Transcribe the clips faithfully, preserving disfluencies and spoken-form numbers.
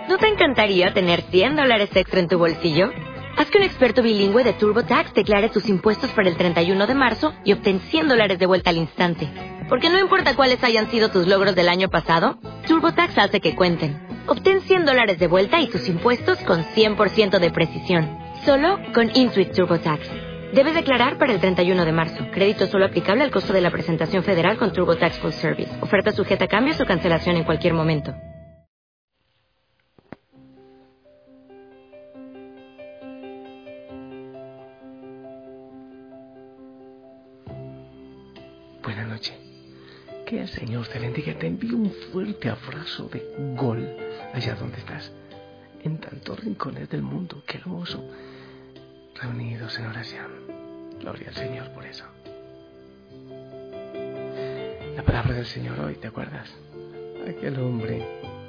¿No te encantaría tener cien dólares extra en tu bolsillo? Haz que un experto bilingüe de TurboTax declare tus impuestos para el treinta y uno de marzo y obtén cien dólares de vuelta al instante. Porque no importa cuáles hayan sido tus logros del año pasado, TurboTax hace que cuenten. Obtén cien dólares de vuelta y tus impuestos con cien por ciento de precisión. Solo con Intuit TurboTax. Debes declarar para el treinta y uno de marzo. Crédito solo aplicable al costo de la presentación federal con TurboTax Full Service. Oferta sujeta a cambios o cancelación en cualquier momento. Buenas noches. Que el Señor te bendiga. Te envío un fuerte abrazo de gol allá donde estás. En tantos rincones del mundo. Qué hermoso. Reunidos en oración. Gloria al Señor por eso. La palabra del Señor hoy, ¿te acuerdas? Aquel hombre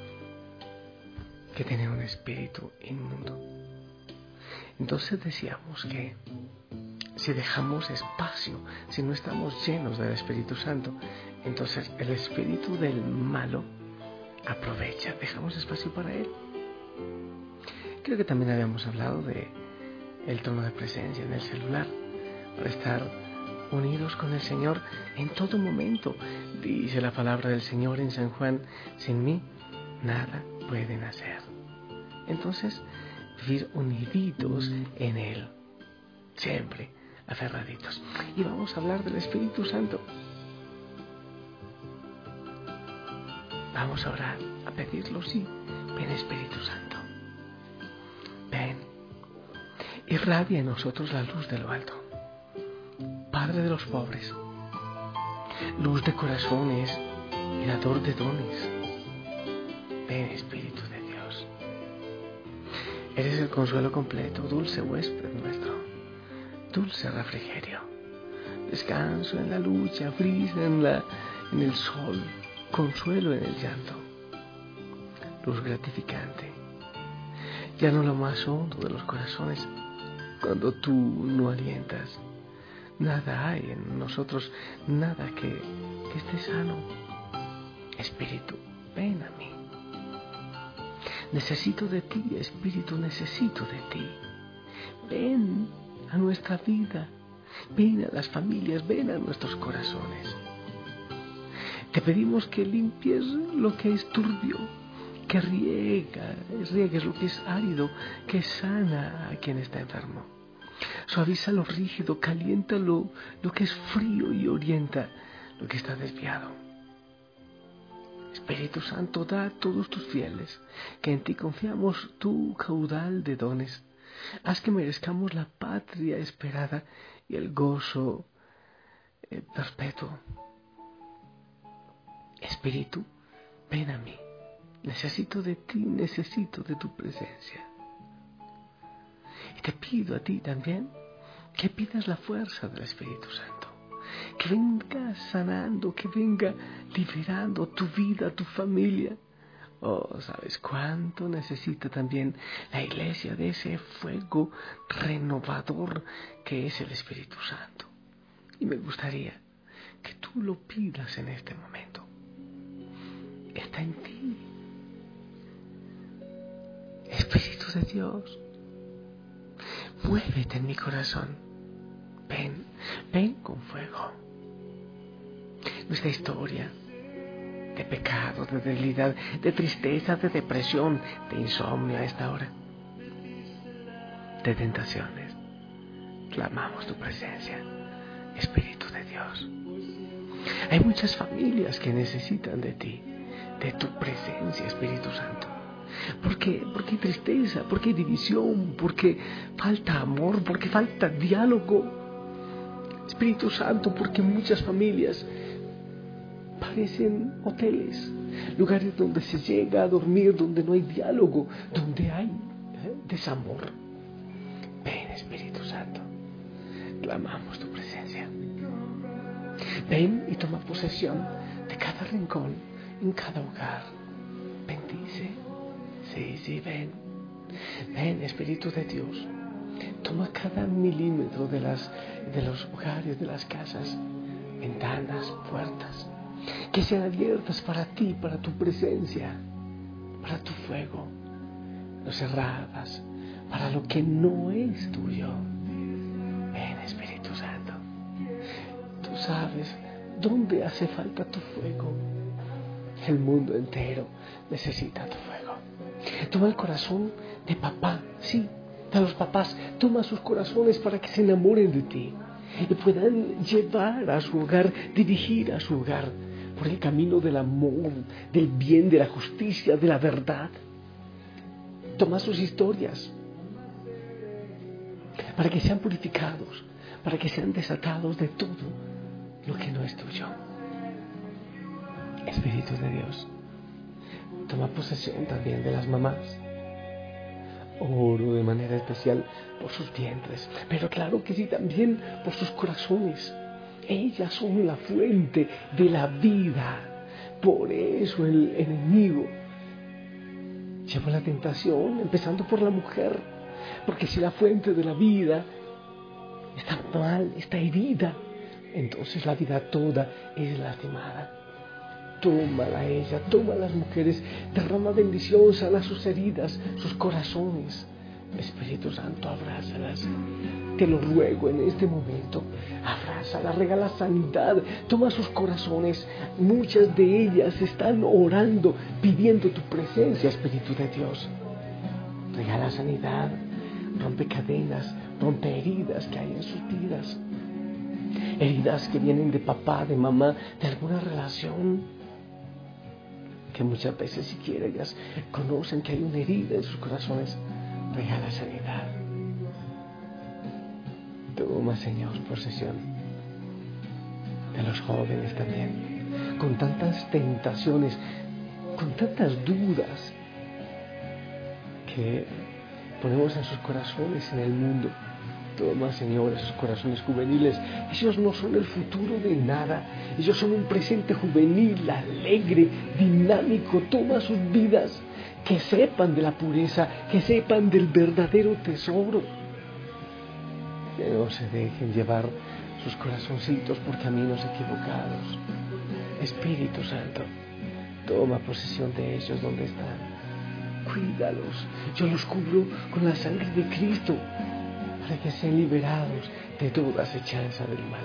que tenía un espíritu inmundo. Entonces decíamos que si dejamos espacio, si no estamos llenos del Espíritu Santo, entonces el espíritu del malo aprovecha, dejamos espacio para él. Creo que también habíamos hablado de el tono de presencia en el celular, para estar unidos con el Señor en todo momento. Dice la palabra del Señor en San Juan: sin mí nada pueden hacer. Entonces, vivir uniditos en Él, siempre aferraditos. Y vamos a hablar del Espíritu Santo. Vamos a orar, a pedirlo, sí. Ven, Espíritu Santo. Ven. Irradia en nosotros la luz de lo alto. Padre de los pobres, luz de corazones y dador de dones. Ven, Espíritu de Dios. Eres el consuelo completo, dulce huésped nuestro, dulce refrigerio, descanso en la lucha, brisa en, la, en el sol, consuelo en el llanto, luz gratificante, llano lo más hondo de los corazones cuando tú no alientas. Nada hay en nosotros, nada que, que esté sano. Espíritu, ven a mí. Necesito de ti, Espíritu, necesito de ti. Ven a nuestra vida, ven a las familias, ven a nuestros corazones. Te pedimos que limpies lo que es turbio, que riega, riegues lo que es árido, que sana a quien está enfermo. Suaviza lo rígido, calienta lo, lo que es frío y orienta lo que está desviado. Espíritu Santo, da a todos tus fieles, que en ti confiamos, tu caudal de dones. Haz que merezcamos la patria esperada y el gozo eh, perpetuo. Espíritu, ven a mí. Necesito de ti, necesito de tu presencia. Y te pido a ti también que pidas la fuerza del Espíritu Santo, que venga sanando, que venga liberando tu vida, tu familia. Oh, ¿sabes cuánto necesita también la iglesia de ese fuego renovador que es el Espíritu Santo? Y me gustaría que tú lo pidas en este momento. Está en ti. Espíritu de Dios, muévete en mi corazón. Ven, ven con fuego. Nuestra historia de pecado, de debilidad, de tristeza, de depresión, de insomnio a esta hora, de tentaciones, clamamos tu presencia, Espíritu de Dios. Hay muchas familias que necesitan de ti, de tu presencia, Espíritu Santo. ¿Por qué? Porque hay tristeza, porque hay división, porque falta amor, porque falta diálogo. Espíritu Santo, porque muchas familias parecen hoteles, lugares donde se llega a dormir, donde no hay diálogo, donde hay ¿eh? desamor. Ven, Espíritu Santo, clamamos tu presencia. Ven y toma posesión de cada rincón, en cada hogar. Bendice. Sí, sí, ven. Ven, Espíritu de Dios. Toma cada milímetro de, las, de los hogares, de las casas, ventanas, puertas, que sean abiertas para ti, para tu presencia, para tu fuego. manos cerradas para lo que no es tuyo. Ven, Espíritu Santo. Tú sabes dónde hace falta tu fuego. El mundo entero necesita tu fuego. Toma el corazón de papá, sí, de los papás. Toma sus corazones para que se enamoren de ti y puedan llevar a su hogar, dirigir a su hogar por el camino del amor, del bien, de la justicia, de la verdad. Toma sus historias para que sean purificados, para que sean desatados de todo lo que no es tuyo. Espíritu de Dios, toma posesión también de las mamás. Oro de manera especial por sus vientres, pero claro que sí, también por sus corazones. Ellas son la fuente de la vida. Por eso el enemigo lleva la tentación, empezando por la mujer, porque si la fuente de la vida está mal, está herida, entonces la vida toda es lastimada. Tómala a ella, toma a las mujeres, derrama bendición, sana sus heridas, sus corazones. Espíritu Santo, abrázalas. Te lo ruego en este momento. Abrázalas, regala sanidad, toma sus corazones. Muchas de ellas están orando, pidiendo tu presencia, Espíritu de Dios. Regala sanidad, rompe cadenas, rompe heridas que hay en sus vidas. Heridas que vienen de papá, de mamá, de alguna relación que muchas veces siquiera ellas conocen que hay una herida en sus corazones. Regala sanidad. Toma, Señor, posesión de los jóvenes también, con tantas tentaciones, con tantas dudas que ponemos en sus corazones en el mundo. Toma, Señor, esos corazones juveniles. Ellos no son el futuro de nada. Ellos son un presente juvenil, alegre, dinámico. Toma sus vidas, que sepan de la pureza, que sepan del verdadero tesoro. Que no se dejen llevar sus corazoncitos por caminos equivocados. Espíritu Santo, toma posesión de ellos donde están. Cuídalos. Yo los cubro con la sangre de Cristo, para que sean liberados de toda acechanza del mal.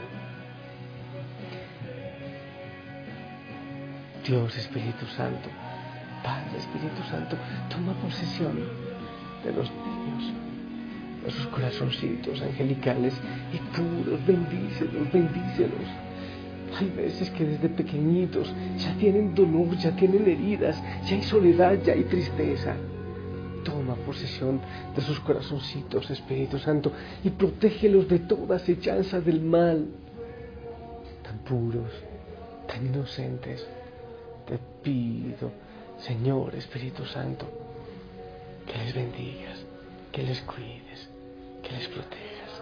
Dios, Espíritu Santo, Padre, Espíritu Santo, toma posesión de los niños, de sus corazoncitos angelicales y puros. Bendícelos, bendícelos. Hay veces que desde pequeñitos ya tienen dolor, ya tienen heridas, ya hay soledad, ya hay tristeza. Toma posesión de sus corazoncitos, Espíritu Santo, y protégelos de toda acechanza del mal. Tan puros, tan inocentes. Te pido, Señor, Espíritu Santo, que les bendigas, que les cuides, que les protejas.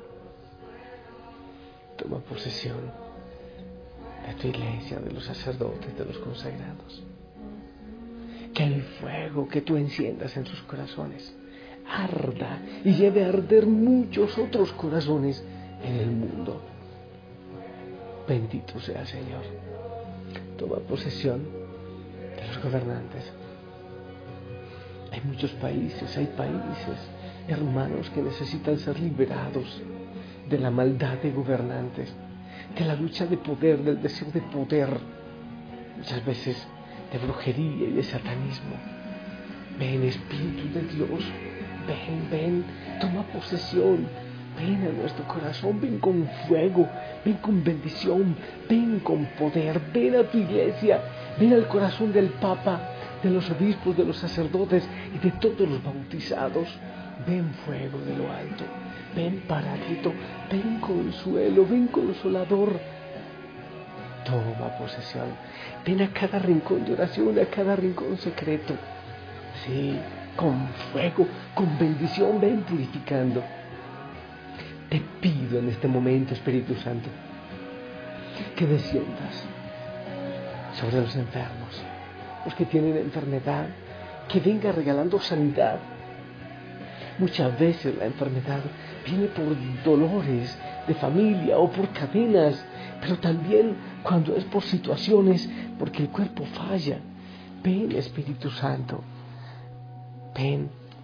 Toma posesión de tu iglesia, de los sacerdotes, de los consagrados. Que el fuego que tú enciendas en sus corazones arda y lleve a arder muchos otros corazones en el mundo. Bendito sea, Señor. Toma posesión de los gobernantes. Hay muchos países, hay países, hermanos, que necesitan ser liberados de la maldad de gobernantes, de la lucha de poder, del deseo de poder, muchas veces de brujería y de satanismo. Ven, Espíritu de Dios, ven, ven, toma posesión, ven a nuestro corazón, ven con fuego, ven con bendición, ven con poder, ven a tu iglesia, ven al corazón del Papa, de los obispos, de los sacerdotes y de todos los bautizados. Ven, fuego de lo alto, ven, Paráclito, ven, consuelo, ven, consolador. Toma posesión, ven a cada rincón de oración, a cada rincón secreto. Sí, con fuego, con bendición, ven purificando. Te pido en este momento, Espíritu Santo, que desciendas sobre los enfermos, los que tienen enfermedad, que venga regalando sanidad. Muchas veces la enfermedad viene por dolores de familia o por cadenas, pero también cuando es por situaciones, porque el cuerpo falla. Ven, Espíritu Santo, ven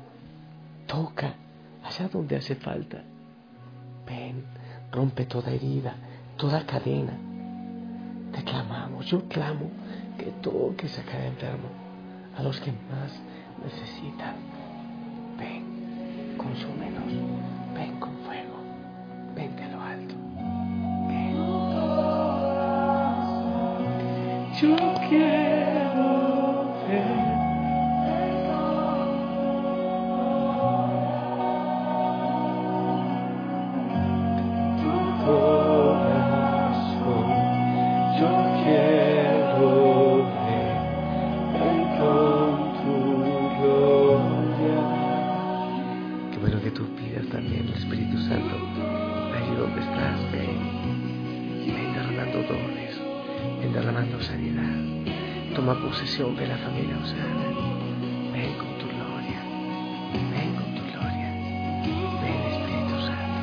toca allá donde hace falta. Ven, rompe toda herida, toda cadena. Te clamamos, yo clamo que toques a cada enfermo, a los que más necesitan. Ven, consúmenos, ven con fuego, ven de lo alto. Ven. Yo quiero ver. Toma posesión de la familia Osana. Ven con tu gloria, ven con tu gloria, ven Espíritu Santo.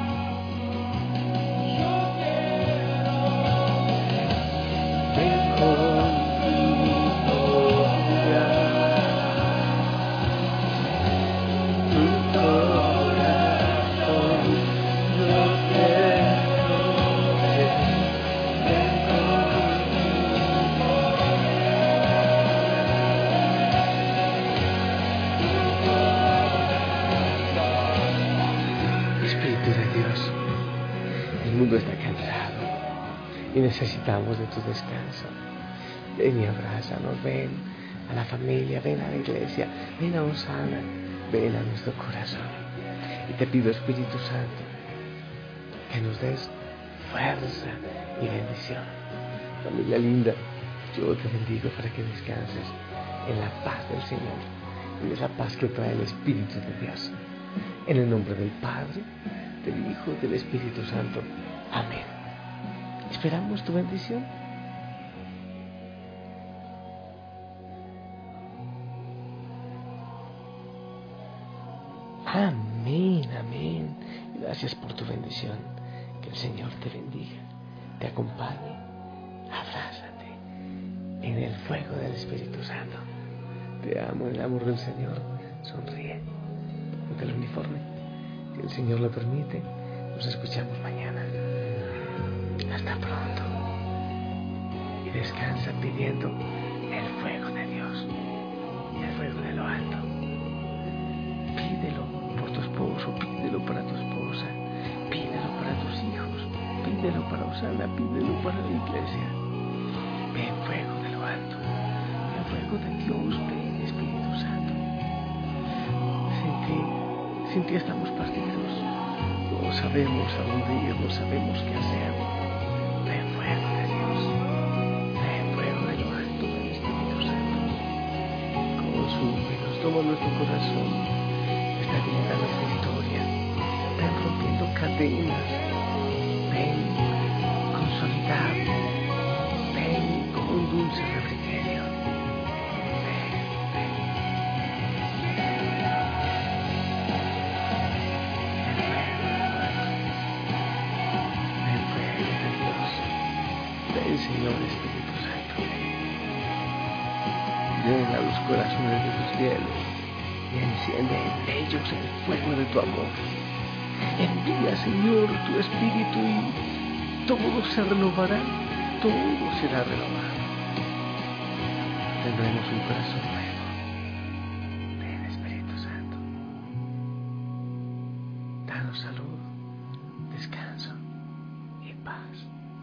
Ven con tu gloria, tu corazón, yo quiero ver. Ven con el mundo está cansado y necesitamos de tu descanso. Ven y abrázanos, ven a la familia, ven a la iglesia, ven a Osana, ven a nuestro corazón. Y te pido, Espíritu Santo, que nos des fuerza y bendición. Familia linda, yo te bendigo para que descanses en la paz del Señor, en esa paz que trae el Espíritu de Dios. En el nombre del Padre, del Hijo, del Espíritu Santo. Amén. Esperamos tu bendición. Amén, amén. Gracias por tu bendición. Que el Señor te bendiga, te acompañe. Abrázate en el fuego del Espíritu Santo. Te amo en el amor del Señor. Sonríe. Ponte el uniforme. Si el Señor lo permite, nos escuchamos mañana. Hasta pronto. Y descansa pidiendo el fuego de Dios, el fuego de lo alto. Pídelo por tu esposo, pídelo para tu esposa, pídelo para tus hijos, pídelo para Osana, pídelo para la iglesia. Ven fuego de lo alto, el fuego de Dios, ven Espíritu Santo. Sin ti, sin ti estamos perdidos. No sabemos a dónde ir, no sabemos qué hacer. Ven fuego de Dios, ven fuego de lo alto, ven Espíritu Santo. Consúmenos, toma nuestro corazón, esta vida, nuestra historia. Ven rompiendo cadenas, ven consolidando, ven con un dulce refrigerio. Ven, ven. Señor Espíritu Santo, llena los corazones de tus fieles y enciende en ellos el fuego de tu amor. Envía, Señor, tu Espíritu y todo se renovará, todo será renovado. Tendremos un corazón nuevo. Ven, Espíritu Santo, danos salud, descanso y paz.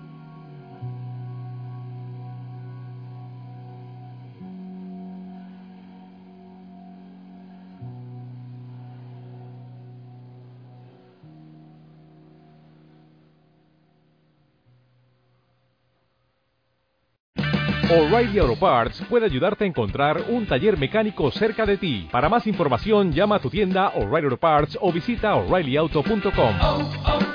O'Reilly Auto Parts puede ayudarte a encontrar un taller mecánico cerca de ti. Para más información, llama a tu tienda O'Reilly Auto Parts o visita O'Reilly Auto punto com. Oh, oh.